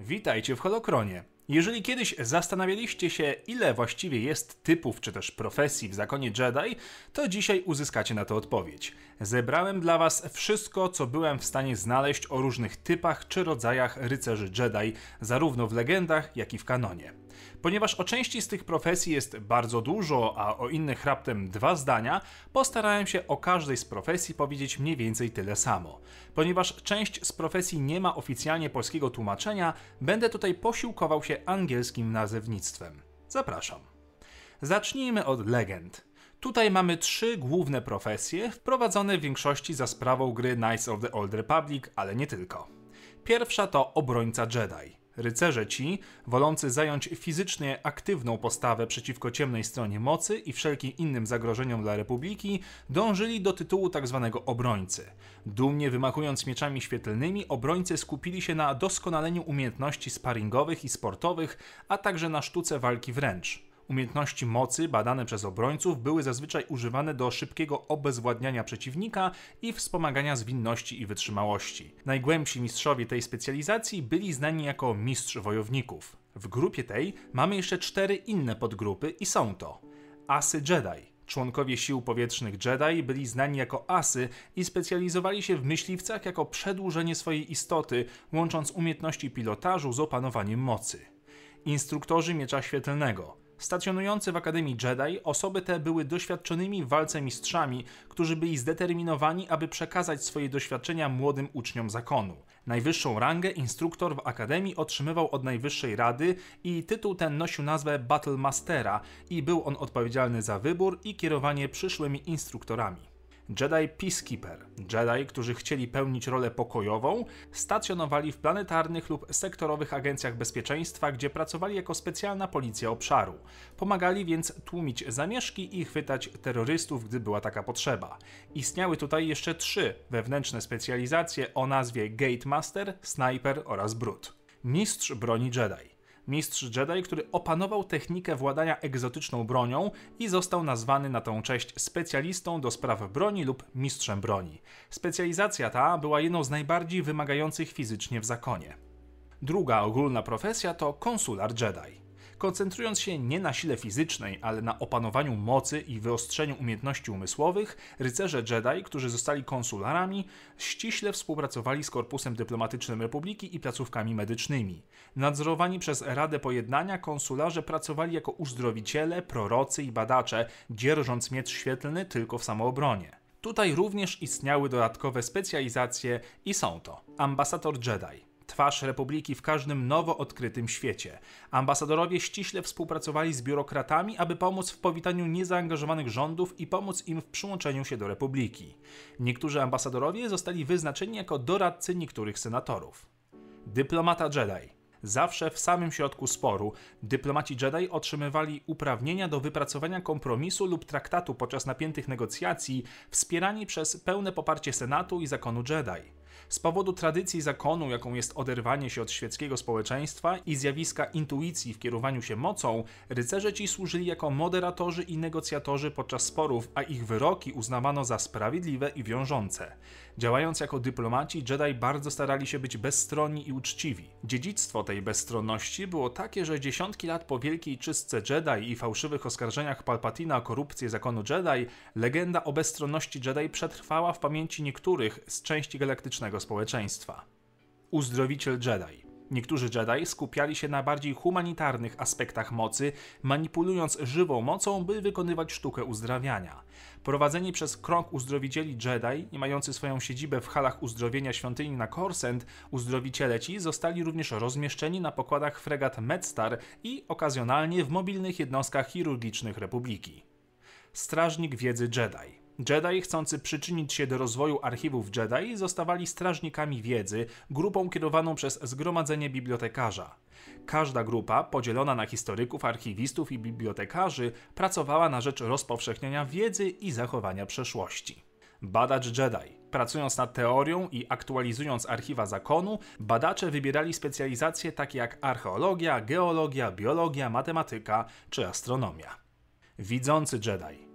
Witajcie w Holokronie. Jeżeli kiedyś zastanawialiście się, ile właściwie jest typów czy też profesji w zakonie Jedi, to dzisiaj uzyskacie na to odpowiedź. Zebrałem dla was wszystko, co byłem w stanie znaleźć o różnych typach czy rodzajach rycerzy Jedi, zarówno w legendach, jak i w kanonie. Ponieważ o części z tych profesji jest bardzo dużo, a o innych raptem 2 zdania, postarałem się o każdej z profesji powiedzieć mniej więcej tyle samo. Ponieważ część z profesji nie ma oficjalnie polskiego tłumaczenia, będę tutaj posiłkował się angielskim nazewnictwem. Zapraszam. Zacznijmy od legend. Tutaj mamy 3 główne profesje, wprowadzone w większości za sprawą gry Knights of the Old Republic, ale nie tylko. Pierwsza to obrońca Jedi. Rycerze ci, wolący zająć fizycznie aktywną postawę przeciwko ciemnej stronie mocy i wszelkim innym zagrożeniom dla Republiki, dążyli do tytułu tzw. obrońcy. Dumnie wymachując mieczami świetlnymi, obrońcy skupili się na doskonaleniu umiejętności sparingowych i sportowych, a także na sztuce walki wręcz. Umiejętności mocy badane przez obrońców były zazwyczaj używane do szybkiego obezwładniania przeciwnika i wspomagania zwinności i wytrzymałości. Najgłębsi mistrzowie tej specjalizacji byli znani jako mistrz wojowników. W grupie tej mamy jeszcze 4 inne podgrupy i są to asy Jedi. Członkowie sił powietrznych Jedi byli znani jako asy i specjalizowali się w myśliwcach jako przedłużenie swojej istoty, łącząc umiejętności pilotażu z opanowaniem mocy. Instruktorzy miecza świetlnego. Stacjonujący w Akademii Jedi, osoby te były doświadczonymi w walce mistrzami, którzy byli zdeterminowani, aby przekazać swoje doświadczenia młodym uczniom zakonu. Najwyższą rangę instruktor w Akademii otrzymywał od Najwyższej Rady i tytuł ten nosił nazwę Battle Mastera i był on odpowiedzialny za wybór i kierowanie przyszłymi instruktorami. Jedi Peacekeeper. Jedi, którzy chcieli pełnić rolę pokojową, stacjonowali w planetarnych lub sektorowych agencjach bezpieczeństwa, gdzie pracowali jako specjalna policja obszaru. Pomagali więc tłumić zamieszki i chwytać terrorystów, gdy była taka potrzeba. Istniały tutaj jeszcze 3 wewnętrzne specjalizacje o nazwie Gate Master, Sniper oraz Brute. Mistrz broni Jedi. Mistrz Jedi, który opanował technikę władania egzotyczną bronią i został nazwany na tą cześć specjalistą do spraw broni lub mistrzem broni. Specjalizacja ta była jedną z najbardziej wymagających fizycznie w zakonie. Druga ogólna profesja to konsular Jedi. Koncentrując się nie na sile fizycznej, ale na opanowaniu mocy i wyostrzeniu umiejętności umysłowych, rycerze Jedi, którzy zostali konsularami, ściśle współpracowali z Korpusem Dyplomatycznym Republiki i placówkami medycznymi. Nadzorowani przez Radę Pojednania, konsularze pracowali jako uzdrowiciele, prorocy i badacze, dzierżąc miecz świetlny tylko w samoobronie. Tutaj również istniały dodatkowe specjalizacje i są to ambasador Jedi. Twarz Republiki w każdym nowo odkrytym świecie. Ambasadorowie ściśle współpracowali z biurokratami, aby pomóc w powitaniu niezaangażowanych rządów i pomóc im w przyłączeniu się do Republiki. Niektórzy ambasadorowie zostali wyznaczeni jako doradcy niektórych senatorów. Dyplomata Jedi. Zawsze w samym środku sporu dyplomaci Jedi otrzymywali uprawnienia do wypracowania kompromisu lub traktatu podczas napiętych negocjacji, wspierani przez pełne poparcie Senatu i zakonu Jedi. Z powodu tradycji zakonu, jaką jest oderwanie się od świeckiego społeczeństwa i zjawiska intuicji w kierowaniu się mocą, rycerze ci służyli jako moderatorzy i negocjatorzy podczas sporów, a ich wyroki uznawano za sprawiedliwe i wiążące. Działając jako dyplomaci, Jedi bardzo starali się być bezstronni i uczciwi. Dziedzictwo tej bezstronności było takie, że dziesiątki lat po wielkiej czystce Jedi i fałszywych oskarżeniach Palpatina o korupcję zakonu Jedi, legenda o bezstronności Jedi przetrwała w pamięci niektórych z części galaktycznego społeczeństwa. Uzdrowiciel Jedi. Niektórzy Jedi skupiali się na bardziej humanitarnych aspektach mocy, manipulując żywą mocą, by wykonywać sztukę uzdrawiania. Prowadzeni przez krąg uzdrowicieli Jedi, nie mający swoją siedzibę w halach uzdrowienia świątyni na Coruscant, uzdrowiciele ci zostali również rozmieszczeni na pokładach fregat Medstar i okazjonalnie w mobilnych jednostkach chirurgicznych Republiki. Strażnik wiedzy Jedi. Jedi, chcący przyczynić się do rozwoju archiwów Jedi, zostawali strażnikami wiedzy, grupą kierowaną przez Zgromadzenie Bibliotekarza. Każda grupa, podzielona na historyków, archiwistów i bibliotekarzy, pracowała na rzecz rozpowszechniania wiedzy i zachowania przeszłości. Badacz Jedi. Pracując nad teorią i aktualizując archiwa zakonu, badacze wybierali specjalizacje takie jak archeologia, geologia, biologia, matematyka czy astronomia. Widzący Jedi.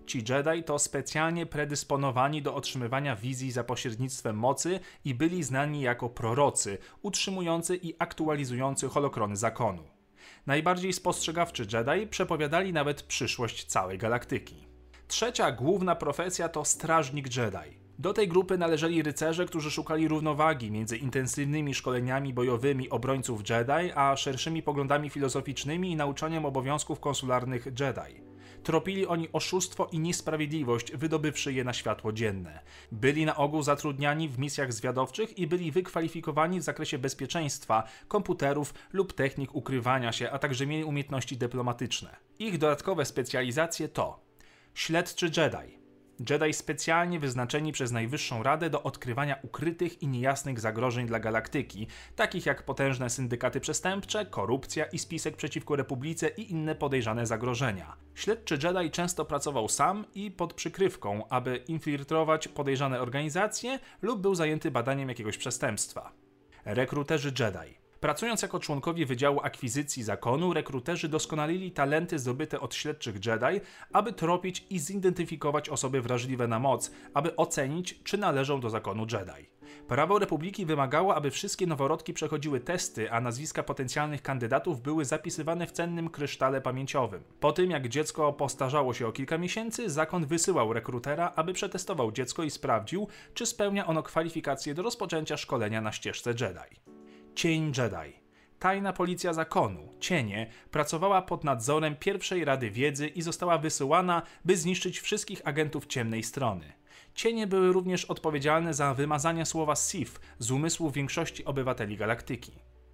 Ci Jedi to specjalnie predysponowani do otrzymywania wizji za pośrednictwem mocy i byli znani jako prorocy, utrzymujący i aktualizujący holokrony zakonu. Najbardziej spostrzegawczy Jedi przepowiadali nawet przyszłość całej galaktyki. Trzecia główna profesja to strażnik Jedi. Do tej grupy należeli rycerze, którzy szukali równowagi między intensywnymi szkoleniami bojowymi obrońców Jedi, a szerszymi poglądami filozoficznymi i nauczaniem obowiązków konsularnych Jedi. Tropili oni oszustwo i niesprawiedliwość, wydobywszy je na światło dzienne. Byli na ogół zatrudniani w misjach zwiadowczych i byli wykwalifikowani w zakresie bezpieczeństwa, komputerów lub technik ukrywania się, a także mieli umiejętności dyplomatyczne. Ich dodatkowe specjalizacje to śledczy Jedi. Jedi specjalnie wyznaczeni przez Najwyższą Radę do odkrywania ukrytych i niejasnych zagrożeń dla galaktyki, takich jak potężne syndykaty przestępcze, korupcja i spisek przeciwko Republice i inne podejrzane zagrożenia. Śledczy Jedi często pracował sam i pod przykrywką, aby infiltrować podejrzane organizacje lub był zajęty badaniem jakiegoś przestępstwa. Rekruterzy Jedi. Pracując jako członkowie Wydziału Akwizycji Zakonu, rekruterzy doskonalili talenty zdobyte od śledczych Jedi, aby tropić i zidentyfikować osoby wrażliwe na moc, aby ocenić, czy należą do Zakonu Jedi. Prawo Republiki wymagało, aby wszystkie noworodki przechodziły testy, a nazwiska potencjalnych kandydatów były zapisywane w cennym krysztale pamięciowym. Po tym, jak dziecko postarzało się o kilka miesięcy, zakon wysyłał rekrutera, aby przetestował dziecko i sprawdził, czy spełnia ono kwalifikacje do rozpoczęcia szkolenia na ścieżce Jedi. Cień Jedi. Tajna policja zakonu, Cienie, pracowała pod nadzorem pierwszej Rady Wiedzy i została wysyłana, by zniszczyć wszystkich agentów ciemnej strony. Cienie były również odpowiedzialne za wymazanie słowa Sith z umysłu większości obywateli galaktyki.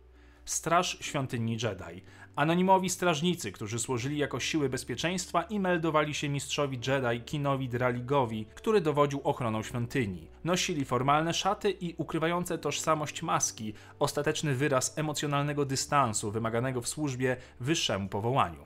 Straż Świątyni Jedi. Anonimowi strażnicy, którzy służyli jako siły bezpieczeństwa i meldowali się mistrzowi Jedi Kinowi Draligowi, który dowodził ochroną świątyni. Nosili formalne szaty i ukrywające tożsamość maski, ostateczny wyraz emocjonalnego dystansu wymaganego w służbie wyższemu powołaniu.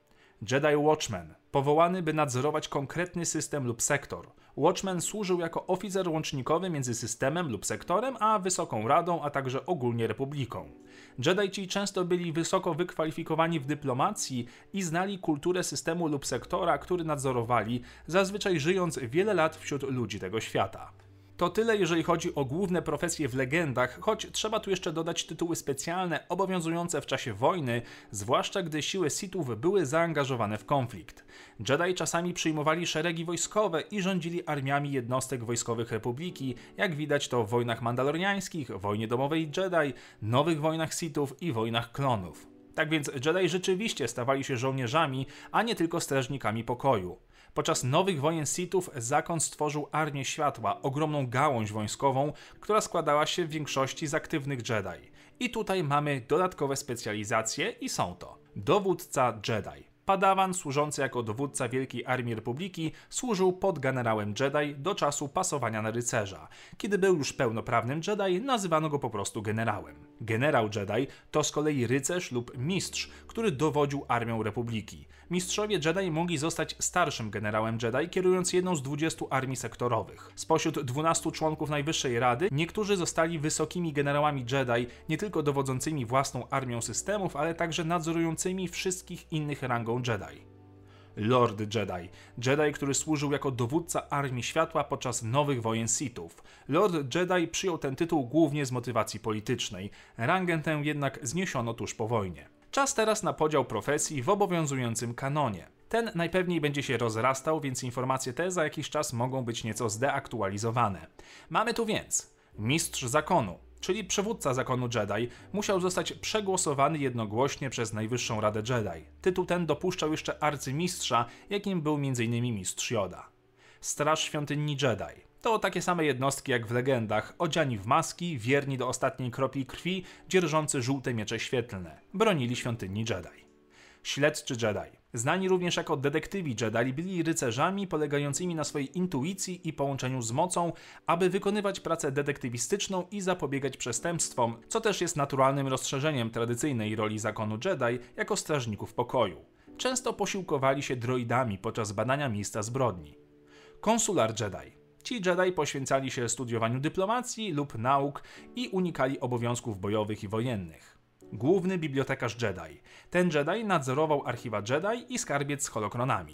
Jedi Watchman. Powołany, by nadzorować konkretny system lub sektor. Watchman służył jako oficer łącznikowy między systemem lub sektorem, a Wysoką Radą, a także ogólnie Republiką. Jedi ci często byli wysoko wykwalifikowani w dyplomacji i znali kulturę systemu lub sektora, który nadzorowali, zazwyczaj żyjąc wiele lat wśród ludzi tego świata. To tyle, jeżeli chodzi o główne profesje w legendach, choć trzeba tu jeszcze dodać tytuły specjalne obowiązujące w czasie wojny, zwłaszcza gdy siły Sithów były zaangażowane w konflikt. Jedi czasami przyjmowali szeregi wojskowe i rządzili armiami jednostek wojskowych Republiki, jak widać to w wojnach mandaloriańskich, wojnie domowej Jedi, nowych wojnach Sithów i wojnach klonów. Tak więc Jedi rzeczywiście stawali się żołnierzami, a nie tylko strażnikami pokoju. Podczas nowych wojen Sithów zakon stworzył Armię Światła, ogromną gałąź wojskową, która składała się w większości z aktywnych Jedi. I tutaj mamy dodatkowe specjalizacje i są to dowódca Jedi. Padawan, służący jako dowódca Wielkiej Armii Republiki, służył pod generałem Jedi do czasu pasowania na rycerza. Kiedy był już pełnoprawnym Jedi, nazywano go po prostu generałem. Generał Jedi to z kolei rycerz lub mistrz, który dowodził Armią Republiki. Mistrzowie Jedi mogli zostać starszym generałem Jedi, kierując jedną z 20 armii sektorowych. Spośród 12 członków Najwyższej Rady, niektórzy zostali wysokimi generałami Jedi, nie tylko dowodzącymi własną armią systemów, ale także nadzorującymi wszystkich innych rangą Jedi. Lord Jedi. Jedi, który służył jako dowódca Armii Światła podczas nowych wojen Sithów. Lord Jedi przyjął ten tytuł głównie z motywacji politycznej. Rangę tę jednak zniesiono tuż po wojnie. Czas teraz na podział profesji w obowiązującym kanonie. Ten najpewniej będzie się rozrastał, więc informacje te za jakiś czas mogą być nieco zdeaktualizowane. Mamy tu więc mistrz zakonu, czyli przywódca zakonu Jedi, musiał zostać przegłosowany jednogłośnie przez Najwyższą Radę Jedi. Tytuł ten dopuszczał jeszcze arcymistrza, jakim był m.in. mistrz Yoda. Straż Świątyni Jedi. To takie same jednostki jak w legendach, odziani w maski, wierni do ostatniej kropli krwi, dzierżący żółte miecze świetlne. Bronili świątyni Jedi. Śledczy Jedi. Znani również jako detektywi Jedi, byli rycerzami polegającymi na swojej intuicji i połączeniu z mocą, aby wykonywać pracę detektywistyczną i zapobiegać przestępstwom, co też jest naturalnym rozszerzeniem tradycyjnej roli zakonu Jedi jako strażników pokoju. Często posiłkowali się droidami podczas badania miejsca zbrodni. Konsular Jedi. Ci Jedi poświęcali się studiowaniu dyplomacji lub nauk i unikali obowiązków bojowych i wojennych. Główny bibliotekarz Jedi. Ten Jedi nadzorował archiwa Jedi i skarbiec z holokronami.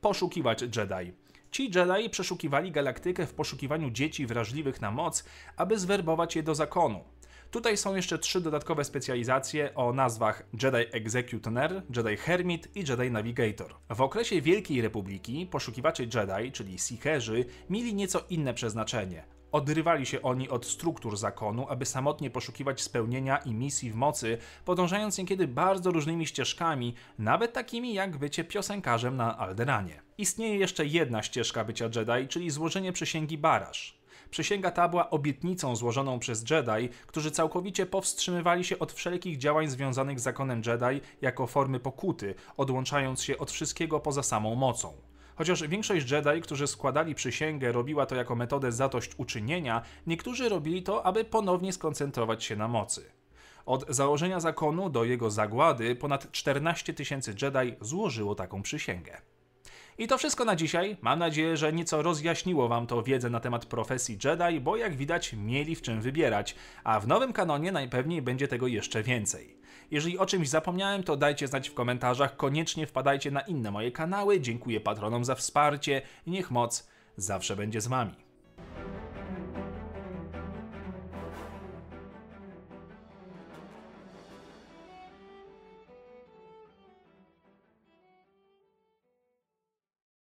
poszukiwać Jedi. Ci Jedi przeszukiwali galaktykę w poszukiwaniu dzieci wrażliwych na moc, aby zwerbować je do zakonu. Tutaj są jeszcze 3 dodatkowe specjalizacje o nazwach Jedi Executioner, Jedi Hermit i Jedi Navigator. W okresie Wielkiej Republiki poszukiwacze Jedi, czyli Seekerzy, mieli nieco inne przeznaczenie. Odrywali się oni od struktur zakonu, aby samotnie poszukiwać spełnienia i misji w mocy, podążając niekiedy bardzo różnymi ścieżkami, nawet takimi jak bycie piosenkarzem na Alderanie. Istnieje jeszcze jedna ścieżka bycia Jedi, czyli złożenie przysięgi Barash. Przysięga ta była obietnicą złożoną przez Jedi, którzy całkowicie powstrzymywali się od wszelkich działań związanych z zakonem Jedi jako formy pokuty, odłączając się od wszystkiego poza samą mocą. Chociaż większość Jedi, którzy składali przysięgę, robiła to jako metodę zadośćuczynienia, niektórzy robili to, aby ponownie skoncentrować się na mocy. Od założenia zakonu do jego zagłady ponad 14 000 Jedi złożyło taką przysięgę. I to wszystko na dzisiaj. Mam nadzieję, że nieco rozjaśniło wam to wiedzę na temat profesji Jedi, bo jak widać mieli w czym wybierać, a w nowym kanonie najpewniej będzie tego jeszcze więcej. Jeżeli o czymś zapomniałem, to dajcie znać w komentarzach, koniecznie wpadajcie na inne moje kanały, dziękuję patronom za wsparcie i niech moc zawsze będzie z wami.